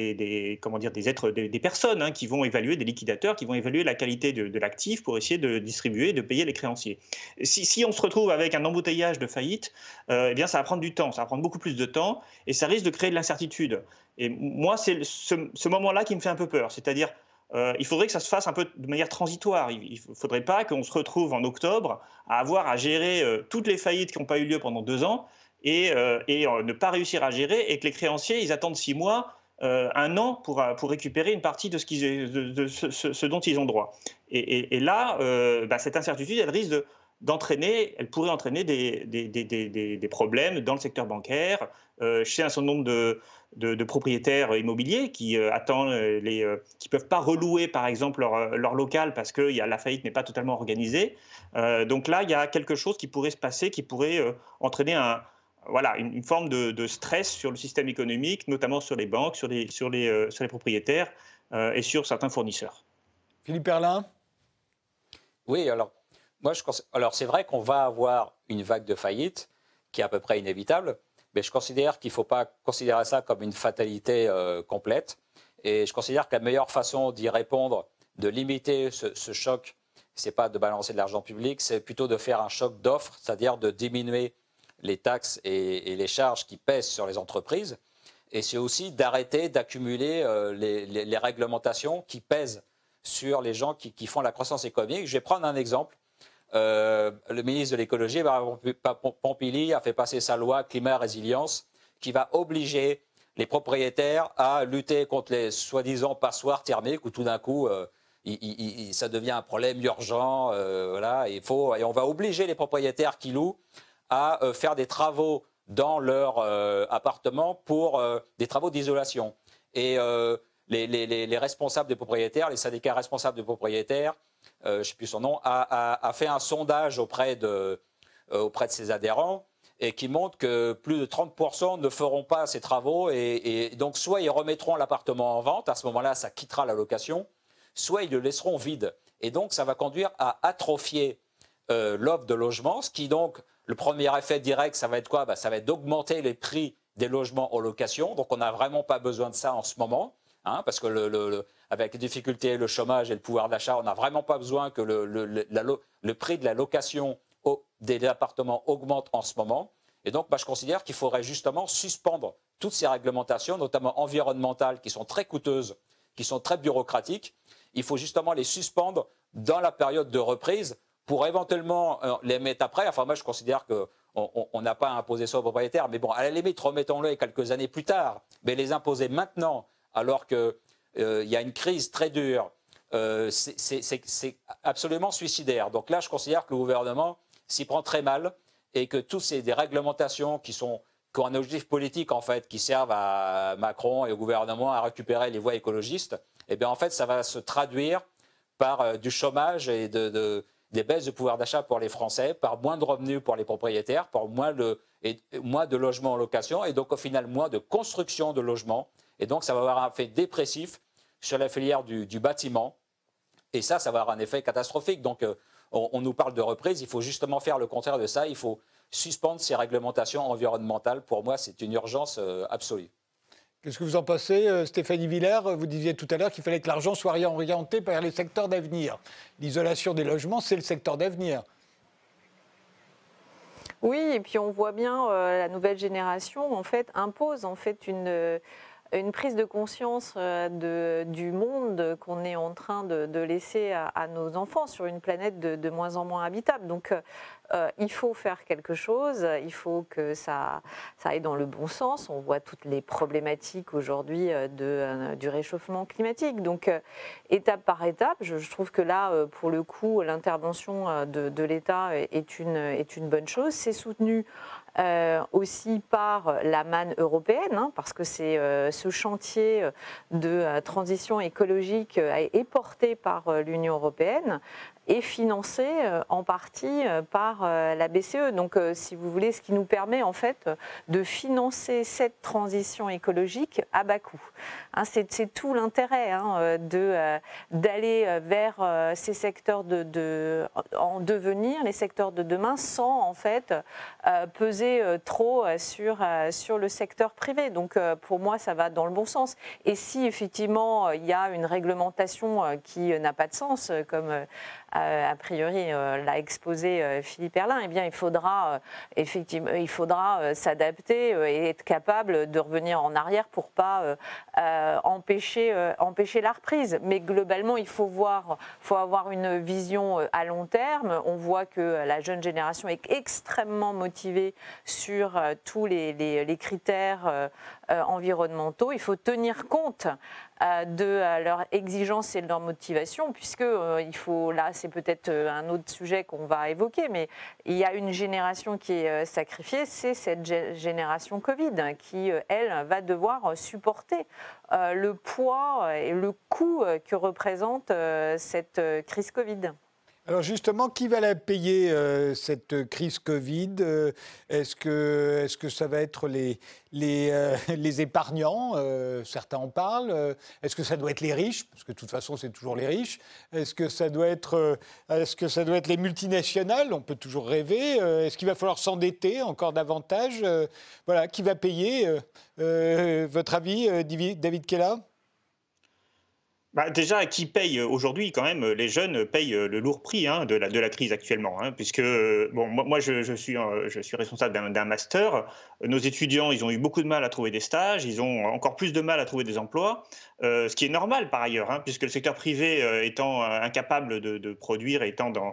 Speaker 3: des personnes qui vont évaluer, des liquidateurs qui vont évaluer la qualité de l'actif pour essayer de distribuer, de payer les créanciers. Si on se retrouve avec un embouteillage de faillite, eh bien ça va prendre du temps, ça va prendre beaucoup plus de temps et ça risque de créer de l'incertitude. Et moi, c'est ce moment-là qui me fait un peu peur, c'est-à-dire il faudrait que ça se fasse un peu de manière transitoire. Il ne faudrait pas qu'on se retrouve en octobre à avoir à gérer toutes les faillites qui n'ont pas eu lieu pendant 2 ans et ne pas réussir à gérer, et que les créanciers, ils attendent 6 mois, 1 an pour récupérer une partie de ce dont ils ont droit. Et là, cette incertitude, elle risque elle pourrait entraîner des problèmes dans le secteur bancaire, chez un certain nombre de propriétaires immobiliers qui attendent, qui peuvent pas relouer par exemple leur local parce que la faillite n'est pas totalement organisée. Donc là, il y a quelque chose qui pourrait se passer, qui pourrait entraîner une forme de stress sur le système économique, notamment sur les banques, sur les propriétaires et sur certains fournisseurs.
Speaker 1: Philippe Herrlin ?
Speaker 4: Oui, alors c'est vrai qu'on va avoir une vague de faillite qui est à peu près inévitable, mais je considère qu'il ne faut pas considérer ça comme une fatalité complète. Et je considère que la meilleure façon d'y répondre, de limiter ce choc, ce n'est pas de balancer de l'argent public, c'est plutôt de faire un choc d'offres, c'est-à-dire de diminuer les taxes et les charges qui pèsent sur les entreprises. Et c'est aussi d'arrêter d'accumuler les réglementations qui pèsent sur les gens qui font la croissance économique. Je vais prendre un exemple. Le ministre de l'écologie, Pompili, a fait passer sa loi climat résilience qui va obliger les propriétaires à lutter contre les soi-disant passoires thermiques où tout d'un coup ça devient un problème urgent. Et on va obliger les propriétaires qui louent à faire des travaux dans leur appartement pour des travaux d'isolation. Et les responsables des propriétaires, les syndicats responsables des propriétaires, je ne sais plus son nom, a fait un sondage auprès de ses adhérents et qui montre que plus de 30% ne feront pas ces travaux et donc soit ils remettront l'appartement en vente, à ce moment-là ça quittera la location, soit ils le laisseront vide. Et donc ça va conduire à atrophier l'offre de logement, ce qui donc, le premier effet direct, ça va être quoi ? Ça va être d'augmenter les prix des logements en location, donc on n'a vraiment pas besoin de ça en ce moment. Parce que avec les difficultés, le chômage et le pouvoir d'achat, on n'a vraiment pas besoin que le prix de la location des appartements augmente en ce moment. Et donc, je considère qu'il faudrait justement suspendre toutes ces réglementations, notamment environnementales, qui sont très coûteuses, qui sont très bureaucratiques. Il faut justement les suspendre dans la période de reprise pour éventuellement les mettre après. Enfin, moi, je considère qu'on n'a pas à imposer ça aux propriétaires. Mais bon, à la limite, remettons-le quelques années plus tard. Mais les imposer maintenant, alors qu'il y a une crise très dure c'est absolument suicidaire. Donc là, je considère que le gouvernement s'y prend très mal et que toutes ces des réglementations qui ont un objectif politique, en fait, qui servent à Macron et au gouvernement à récupérer les voix écologistes, eh bien, en fait, ça va se traduire par du chômage et des baisses de pouvoir d'achat pour les Français, par moins de revenus pour les propriétaires, par moins de logements en location, et donc au final moins de construction de logements. Et donc ça va avoir un effet dépressif sur la filière du bâtiment. Et ça va avoir un effet catastrophique. Donc on nous parle de reprise, il faut justement faire le contraire de ça, il faut suspendre ces réglementations environnementales. Pour moi, c'est une urgence absolue.
Speaker 1: Qu'est-ce que vous en pensez, Stéphanie Villers? Vous disiez tout à l'heure qu'il fallait que l'argent soit réorienté vers les secteurs d'avenir. L'isolation des logements, c'est le secteur d'avenir.
Speaker 2: Oui, et puis on voit bien la nouvelle génération en fait impose en fait une prise de conscience du monde qu'on est en train de laisser à nos enfants sur une planète de moins en moins habitable. Donc il faut faire quelque chose, il faut que ça aille dans le bon sens. On voit toutes les problématiques aujourd'hui du réchauffement climatique. Donc étape par étape, je trouve que là, pour le coup, l'intervention de l'État est une bonne chose. C'est soutenu aussi par la manne européenne, parce que c'est ce chantier de transition écologique est porté par l'Union européenne et financé en partie par la BCE. Donc, si vous voulez, ce qui nous permet en fait de financer cette transition écologique à bas coût. C'est tout l'intérêt d'aller vers ces secteurs en devenir, les secteurs de demain, sans en fait peser trop sur le secteur privé. Donc, pour moi, ça va dans le bon sens. Et si effectivement il y a une réglementation qui n'a pas de sens, comme a priori l'a exposé Philippe Herrlin, eh bien il faudra s'adapter et être capable de revenir en arrière pour pas empêcher la reprise. Mais globalement, il faut avoir une vision à long terme. On voit que la jeune génération est extrêmement motivée sur tous les critères environnementaux. Il faut tenir compte de leurs exigences et de leur motivation, puisque là c'est peut-être un autre sujet qu'on va évoquer, mais il y a une génération qui est sacrifiée, c'est cette génération Covid qui, elle, va devoir supporter le poids et le coût que représente cette crise Covid.
Speaker 1: Alors justement, qui va la payer, cette crise Covid? Est-ce que ça va être les épargnants? Certains en parlent. Est-ce que ça doit être les riches? Parce que de toute façon, c'est toujours les riches. Est-ce que ça doit être les multinationales? On peut toujours rêver. Est-ce qu'il va falloir s'endetter encore davantage? Voilà, qui va payer? Votre avis, David Kella?
Speaker 3: Déjà, qui paye aujourd'hui, quand même, les jeunes payent le lourd prix de la crise actuellement, puisque moi je suis responsable d'un master. Nos étudiants, ils ont eu beaucoup de mal à trouver des stages, ils ont encore plus de mal à trouver des emplois, ce qui est normal par ailleurs, puisque le secteur privé étant incapable de produire, étant dans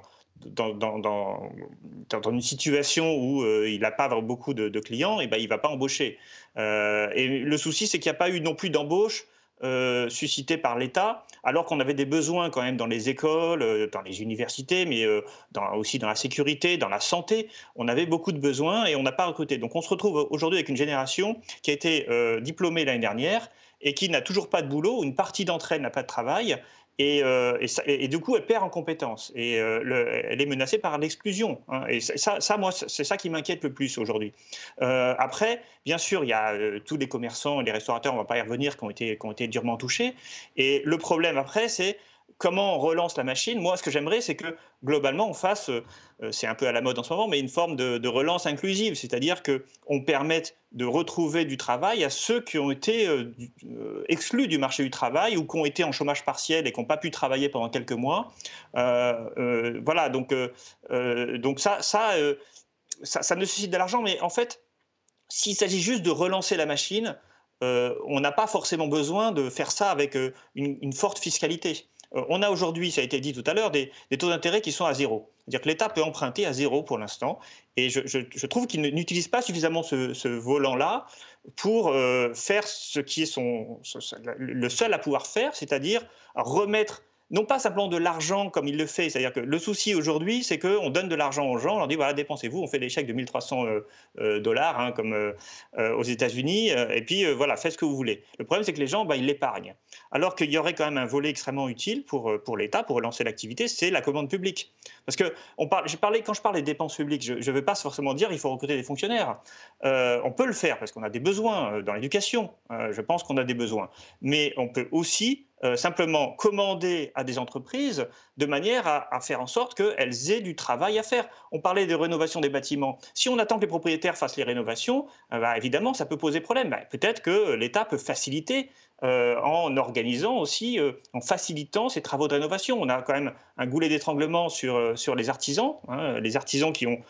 Speaker 3: une situation où il n'a pas beaucoup de clients, et il ne va pas embaucher. Et le souci, c'est qu'il n'y a pas eu non plus d'embauche suscité par l'État, alors qu'on avait des besoins quand même dans les écoles, dans les universités, mais aussi dans la sécurité, dans la santé. On avait beaucoup de besoins et on n'a pas recruté. Donc on se retrouve aujourd'hui avec une génération qui a été diplômée l'année dernière et qui n'a toujours pas de boulot. Une partie d'entre elles n'a pas de travail. Et du coup, elle perd en compétences et elle est menacée par l'exclusion. Et ça, moi, c'est ça qui m'inquiète le plus aujourd'hui. Après, bien sûr, il y a tous les commerçants et les restaurateurs, on ne va pas y revenir, qui ont été durement touchés. Et le problème après, c'est comment on relance la machine. Moi, ce que j'aimerais, c'est que globalement, on fasse, c'est un peu à la mode en ce moment, mais une forme de relance inclusive, c'est-à-dire qu'on permette de retrouver du travail à ceux qui ont été exclus du marché du travail ou qui ont été en chômage partiel et qui n'ont pas pu travailler pendant quelques mois. Voilà, donc ça nécessite de l'argent, mais en fait, s'il s'agit juste de relancer la machine, on n'a pas forcément besoin de faire ça avec une forte fiscalité. On a aujourd'hui, ça a été dit tout à l'heure, des taux d'intérêt qui sont à zéro. C'est-à-dire que l'État peut emprunter à zéro pour l'instant. Et je trouve qu'il n'utilise pas suffisamment ce volant-là pour faire ce qui est le seul à pouvoir faire, c'est-à-dire remettre non pas simplement de l'argent comme il le fait, c'est-à-dire que le souci aujourd'hui, c'est qu'on donne de l'argent aux gens, on leur dit voilà, dépensez-vous, on fait des chèques de 1300 dollars, hein, comme aux États-Unis, et puis voilà, faites ce que vous voulez. Le problème, c'est que les gens, ils l'épargnent. Alors qu'il y aurait quand même un volet extrêmement utile pour l'État, pour relancer l'activité, c'est la commande publique. Parce que quand je parle des dépenses publiques, je ne veux pas forcément dire qu'il faut recruter des fonctionnaires. On peut le faire parce qu'on a des besoins dans l'éducation. Je pense qu'on a des besoins. Mais on peut aussi simplement commander à des entreprises de manière à faire en sorte qu'elles aient du travail à faire. On parlait de rénovation des bâtiments. Si on attend que les propriétaires fassent les rénovations, évidemment, ça peut poser problème. Peut-être que l'État peut faciliter en organisant aussi, en facilitant ces travaux de rénovation. On a quand même un goulet d'étranglement sur les artisans, hein, les artisans qui ont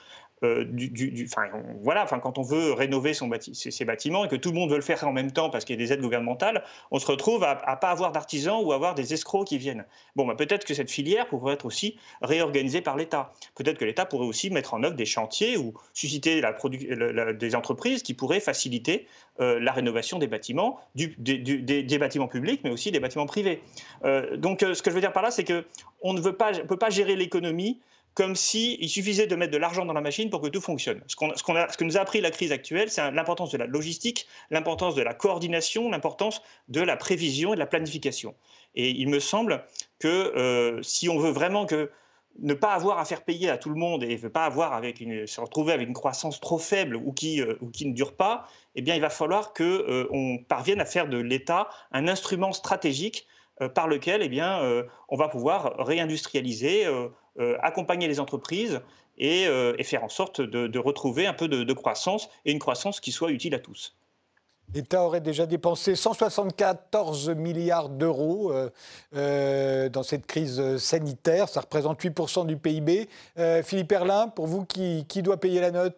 Speaker 3: quand on veut rénover ses bâtiments et que tout le monde veut le faire en même temps parce qu'il y a des aides gouvernementales, on se retrouve à pas avoir d'artisans ou à avoir des escrocs qui viennent. Peut-être que cette filière pourrait être aussi réorganisée par l'État. Peut-être que l'État pourrait aussi mettre en œuvre des chantiers ou susciter des entreprises qui pourraient faciliter la rénovation des bâtiments, des bâtiments publics, mais aussi des bâtiments privés. Ce que je veux dire par là, c'est qu'on ne peut pas gérer l'économie comme s'il suffisait de mettre de l'argent dans la machine pour que tout fonctionne. Ce que nous a appris la crise actuelle, c'est l'importance de la logistique, l'importance de la coordination, l'importance de la prévision et de la planification. Et il me semble que si on veut vraiment ne pas avoir à faire payer à tout le monde et ne veut pas se retrouver avec une croissance trop faible ou qui ne dure pas, eh bien, il va falloir qu'on parvienne à faire de l'État un instrument stratégique par lequel on va pouvoir réindustrialiser, accompagner les entreprises et faire en sorte de retrouver un peu de croissance et une croissance qui soit utile à tous.
Speaker 1: L'État aurait déjà dépensé 174 milliards d'euros dans cette crise sanitaire. Ça représente 8% du PIB. Philippe Herrlin, pour vous, qui doit payer la note ?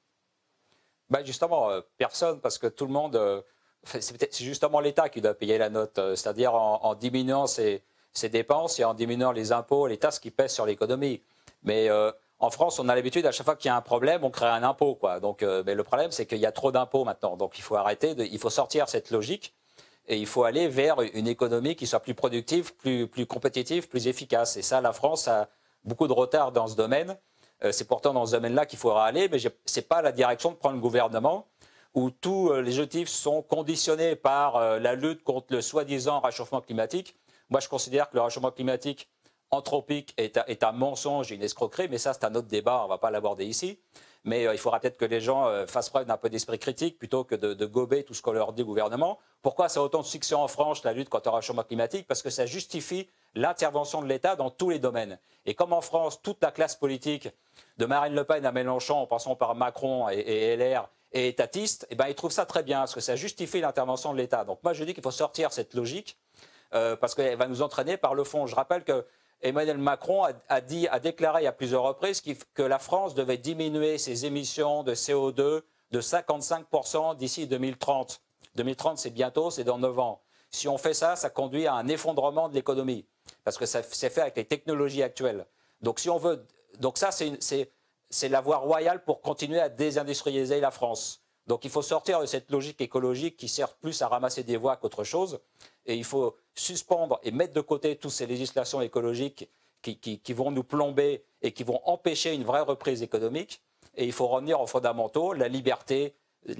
Speaker 4: Justement, personne, parce que tout le monde... c'est justement l'État qui doit payer la note, c'est-à-dire en diminuant ses dépenses et en diminuant les impôts, les taxes qui pèsent sur l'économie. Mais en France, on a l'habitude, à chaque fois qu'il y a un problème, on crée un impôt, quoi. Donc, mais le problème, c'est qu'il y a trop d'impôts maintenant. Donc, il faut arrêter, il faut sortir cette logique et il faut aller vers une économie qui soit plus productive, plus compétitive, plus efficace. Et ça, la France a beaucoup de retard dans ce domaine. C'est pourtant dans ce domaine-là qu'il faudra aller, mais ce n'est pas la direction de prendre le gouvernement où tous les objectifs sont conditionnés par la lutte contre le soi-disant réchauffement climatique. Moi, je considère que le réchauffement climatique anthropique est un mensonge et une escroquerie, mais ça, c'est un autre débat, on ne va pas l'aborder ici. Mais il faudra peut-être que les gens fassent preuve d'un peu d'esprit critique plutôt que de gober tout ce qu'on leur dit au gouvernement. Pourquoi ça a autant de succès en France, la lutte contre le réchauffement climatique ? Parce que ça justifie l'intervention de l'État dans tous les domaines. Et comme en France, toute la classe politique, de Marine Le Pen à Mélenchon, en passant par Macron et LR, et étatiste, ils trouvent ça très bien, parce que ça justifie l'intervention de l'État. Donc moi, je dis qu'il faut sortir cette logique, parce qu'elle va nous entraîner par le fond. Je rappelle que Emmanuel Macron a déclaré à plusieurs reprises que la France devait diminuer ses émissions de CO2 de 55% d'ici 2030. 2030, c'est bientôt, c'est dans 9 ans. Si on fait ça, ça conduit à un effondrement de l'économie, parce que ça c'est fait avec les technologies actuelles. Donc si on veut, donc ça c'est la voie royale pour continuer à désindustrialiser la France. Donc il faut sortir de cette logique écologique qui sert plus à ramasser des voix qu'autre chose. Et il faut suspendre et mettre de côté toutes ces législations écologiques qui vont nous plomber et qui vont empêcher une vraie reprise économique. Et il faut revenir aux fondamentaux, la liberté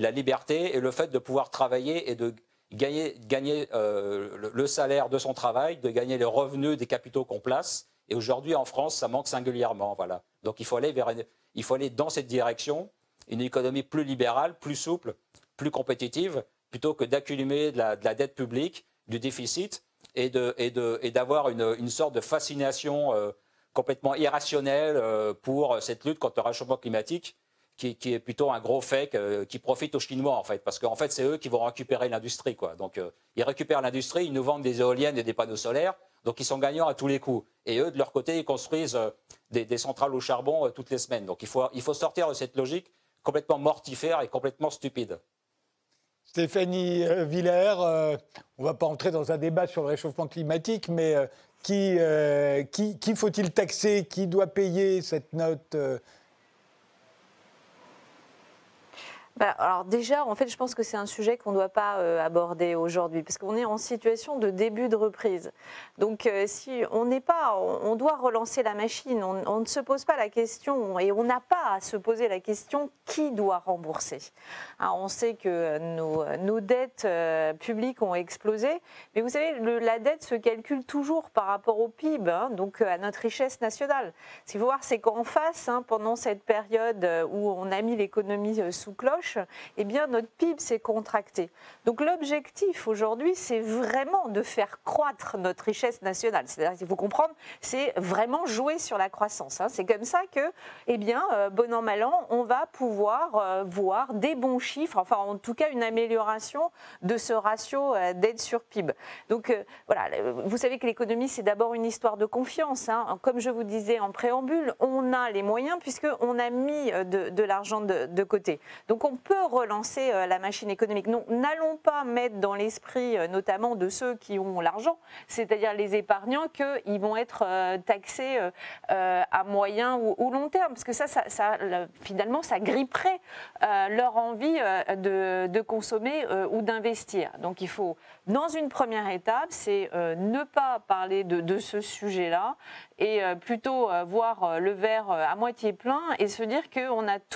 Speaker 4: et le fait de pouvoir travailler et de gagner le salaire de son travail, de gagner les revenus des capitaux qu'on place. Et aujourd'hui, en France, ça manque singulièrement. Voilà. Donc il faut aller dans cette direction, une économie plus libérale, plus souple, plus compétitive, plutôt que d'accumuler de la dette publique, du déficit, et d'avoir une sorte de fascination complètement irrationnelle pour cette lutte contre le réchauffement climatique, qui est plutôt un gros fake qui profite aux Chinois, en fait, parce qu'en fait, c'est eux qui vont récupérer l'industrie, quoi. Donc, ils récupèrent l'industrie, ils nous vendent des éoliennes et des panneaux solaires, donc ils sont gagnants à tous les coups. Et eux, de leur côté, ils construisent des centrales au charbon toutes les semaines. Donc, il faut sortir de cette logique complètement mortifère et complètement stupide.
Speaker 1: Stéphanie Villers, on ne va pas entrer dans un débat sur le réchauffement climatique, mais qui faut-il taxer ? Qui doit payer cette note ?
Speaker 2: Alors déjà, en fait, je pense que c'est un sujet qu'on ne doit pas aborder aujourd'hui, parce qu'on est en situation de début de reprise. Donc, si on n'est pas, on doit relancer la machine. On ne se pose pas la question, et on n'a pas à se poser la question qui doit rembourser. Alors, on sait que nos dettes publiques ont explosé, mais vous savez, la dette se calcule toujours par rapport au PIB, donc à notre richesse nationale. Ce qu'il faut voir, c'est qu'en face, pendant cette période où on a mis l'économie sous cloche, eh bien, notre PIB s'est contracté. Donc l'objectif aujourd'hui, c'est vraiment de faire croître notre richesse nationale. C'est-à-dire qu'il faut comprendre, c'est vraiment jouer sur la croissance. C'est comme ça que, eh bien, bon an, mal an, on va pouvoir voir des bons chiffres, enfin en tout cas une amélioration de ce ratio dette sur PIB. Donc voilà, vous savez que l'économie, c'est d'abord une histoire de confiance. Comme je vous disais en préambule, on a les moyens puisqu'on a mis de l'argent de côté. Donc on peut relancer la machine économique. Nous n'allons pas mettre dans l'esprit, notamment de ceux qui ont l'argent, c'est-à-dire les épargnants, qu'ils vont être taxés à moyen ou long terme, parce que ça finalement, ça gripperait leur envie de consommer ou d'investir. Donc il faut, dans une première étape, c'est ne pas parler de ce sujet-là et plutôt voir le verre à moitié plein et se dire qu'on a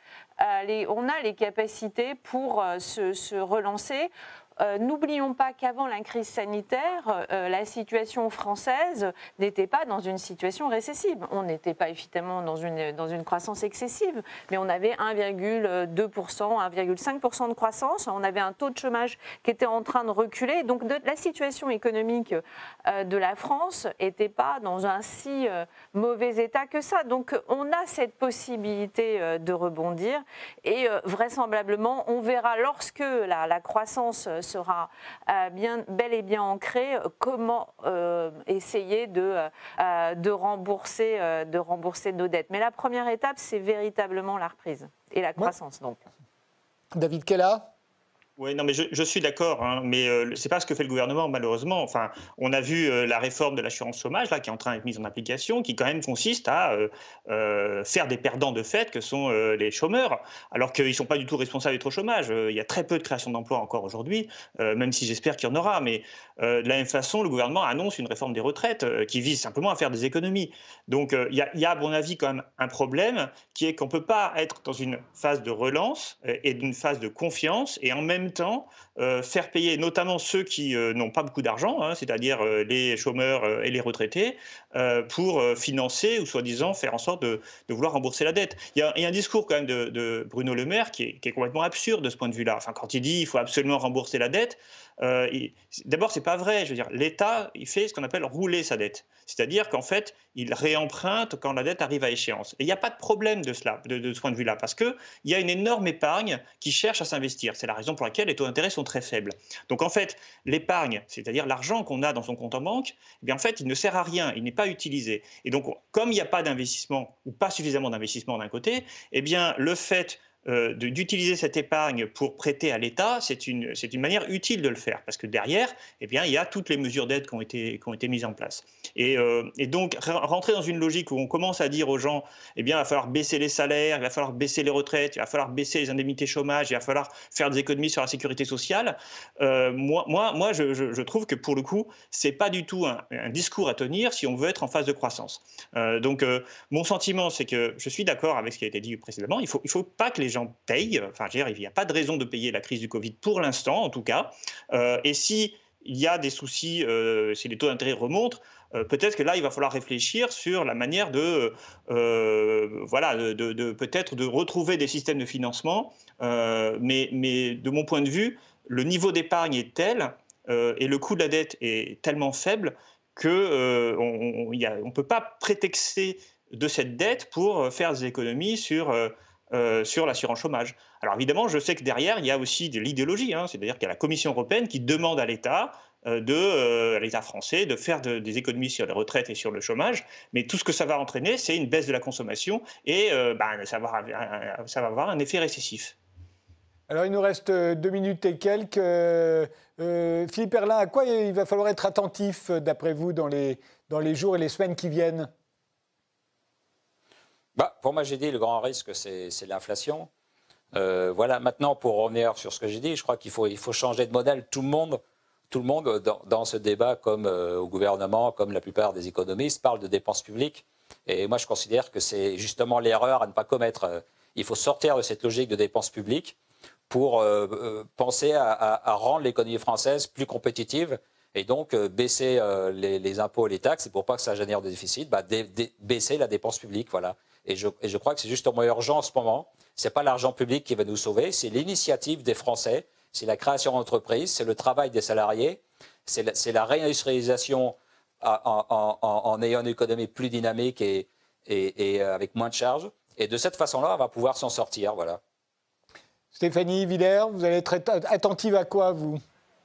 Speaker 2: on a les capacités pour se relancer. N'oublions pas qu'avant la crise sanitaire, la situation française n'était pas dans une situation récessive. On n'était pas évidemment dans une croissance excessive, mais on avait 1,2%, 1,5% de croissance. On avait un taux de chômage qui était en train de reculer. Donc la situation économique de la France n'était pas dans un si mauvais état que ça. Donc on a cette possibilité de rebondir et vraisemblablement on verra lorsque la croissance sera bel et bien ancré, comment essayer de rembourser nos dettes. Mais la première étape, c'est véritablement la reprise et la croissance. Donc.
Speaker 1: David Kella ?
Speaker 3: Oui, non, mais je suis d'accord, mais c'est pas ce que fait le gouvernement, malheureusement. Enfin, on a vu la réforme de l'assurance chômage là, qui est en train d'être mise en application, qui quand même consiste à faire des perdants de fait que sont les chômeurs, alors qu'ils ne sont pas du tout responsables d'être au chômage. Il y a très peu de création d'emplois encore aujourd'hui, même si j'espère qu'il y en aura. Mais de la même façon, le gouvernement annonce une réforme des retraites qui vise simplement à faire des économies. Donc il y a, à mon avis, quand même un problème qui est qu'on ne peut pas être dans une phase de relance et d'une phase de confiance et en même temps faire payer notamment ceux qui n'ont pas beaucoup d'argent, c'est-à-dire les chômeurs et les retraités, pour financer ou soi-disant faire en sorte de vouloir rembourser la dette. Il y a un discours quand même de Bruno Le Maire qui est complètement absurde de ce point de vue-là. Enfin, quand il dit qu'il faut absolument rembourser la dette, d'abord, c'est pas vrai. Je veux dire, l'État, il fait ce qu'on appelle rouler sa dette. C'est-à-dire qu'en fait, il réemprunte quand la dette arrive à échéance. Et il n'y a pas de problème de cela, de ce point de vue-là, parce qu'il y a une énorme épargne qui cherche à s'investir. C'est la raison pour laquelle les taux d'intérêt sont très faibles. Donc en fait, l'épargne, c'est-à-dire l'argent qu'on a dans son compte en banque, eh bien, en fait, il ne sert à rien, il n'est pas utilisé. Et donc, comme il n'y a pas d'investissement, ou pas suffisamment d'investissement d'un côté, eh bien, le fait d'utiliser cette épargne pour prêter à l'État, c'est une manière utile de le faire, parce que derrière, eh bien, il y a toutes les mesures d'aide qui ont été mises en place. Et donc, rentrer dans une logique où on commence à dire aux gens, eh bien, il va falloir baisser les salaires, il va falloir baisser les retraites, il va falloir baisser les indemnités chômage, il va falloir faire des économies sur la sécurité sociale, moi je trouve que pour le coup, c'est pas du tout un discours à tenir si on veut être en phase de croissance. Donc, mon sentiment, c'est que je suis d'accord avec ce qui a été dit précédemment, il faut pas que les gens payent, enfin, je veux dire, il n'y a pas de raison de payer la crise du Covid pour l'instant, en tout cas. Et s'il y a des soucis, si les taux d'intérêt remontent, peut-être que là, il va falloir réfléchir sur la manière peut-être de retrouver des systèmes de financement. Mais de mon point de vue, le niveau d'épargne est tel et le coût de la dette est tellement faible qu'on ne peut pas prétexter de cette dette pour faire des économies sur l'assurance chômage. Alors évidemment, je sais que derrière, il y a aussi de l'idéologie, c'est-à-dire qu'il y a la Commission européenne qui demande à l'État, à l'État français, de faire des économies sur les retraites et sur le chômage, mais tout ce que ça va entraîner, c'est une baisse de la consommation et ça va avoir un effet récessif.
Speaker 1: Alors il nous reste 2 minutes et quelques. Philippe Herrlin, à quoi il va falloir être attentif, d'après vous, dans les jours et les semaines qui viennent ?
Speaker 4: Pour moi, j'ai dit le grand risque, c'est l'inflation. Voilà, maintenant, pour revenir sur ce que j'ai dit, je crois qu'il faut changer de modèle. Tout le monde dans ce débat, comme au gouvernement, comme la plupart des économistes, parle de dépenses publiques. Et moi, je considère que c'est justement l'erreur à ne pas commettre. Il faut sortir de cette logique de dépenses publiques pour penser à rendre l'économie française plus compétitive et donc baisser les impôts et les taxes. Et pour pas que ça génère des déficits, baisser la dépense publique. Voilà. Et je crois que c'est justement urgent en ce moment. Ce n'est pas l'argent public qui va nous sauver, c'est l'initiative des Français, c'est la création d'entreprises, c'est le travail des salariés, c'est la réindustrialisation en ayant une économie plus dynamique et avec moins de charges. Et de cette façon-là, on va pouvoir s'en sortir. Voilà.
Speaker 1: Stéphanie Villers, vous allez être attentive à quoi, vous ?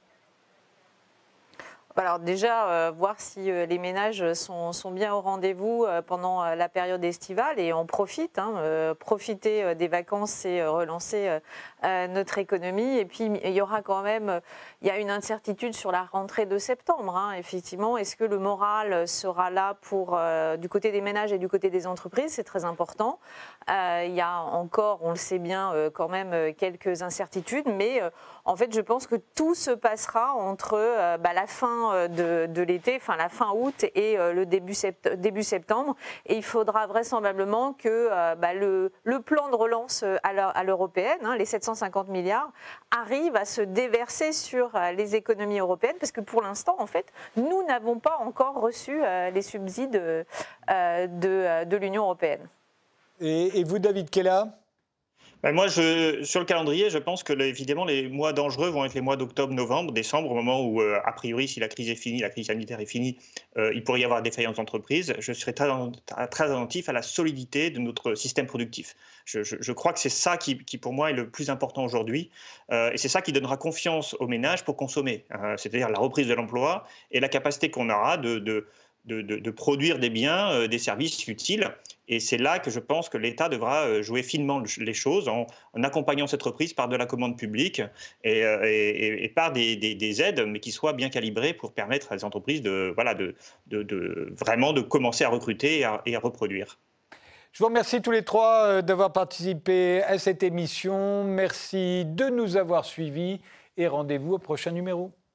Speaker 2: Alors déjà, voir si les ménages sont bien au rendez-vous pendant la période estivale et en profitent. Profiter des vacances et relancer notre économie. Et puis, il y aura quand même une incertitude sur la rentrée de septembre. Effectivement, est-ce que le moral sera là du côté des ménages et du côté des entreprises ? C'est très important. Il y a encore, on le sait bien, quand même quelques incertitudes. Mais en fait, je pense que tout se passera entre la fin de l'été, enfin la fin août et le début septembre. Et il faudra vraisemblablement que le plan de relance à l'européenne, les 750 milliards, arrive à se déverser sur les économies européennes, parce que pour l'instant, en fait, nous n'avons pas encore reçu les subsides de l'Union européenne.
Speaker 1: Et vous, David Kella ?
Speaker 3: Moi, sur le calendrier, je pense que évidemment les mois dangereux vont être les mois d'octobre, novembre, décembre, au moment où, a priori, si la crise est finie, la crise sanitaire est finie, il pourrait y avoir défaillance d'entreprise. Je serai très attentif à la solidité de notre système productif. Je crois que c'est ça qui, pour moi, est le plus important aujourd'hui. Et c'est ça qui donnera confiance aux ménages pour consommer. C'est-à-dire la reprise de l'emploi et la capacité qu'on aura de produire des biens, des services utiles. Et c'est là que je pense que l'État devra jouer finement les choses en accompagnant cette reprise par de la commande publique et par des aides, mais qui soient bien calibrées pour permettre à les entreprises vraiment de commencer à recruter et à reproduire.
Speaker 1: Je vous remercie tous les trois d'avoir participé à cette émission. Merci de nous avoir suivis et rendez-vous au prochain numéro.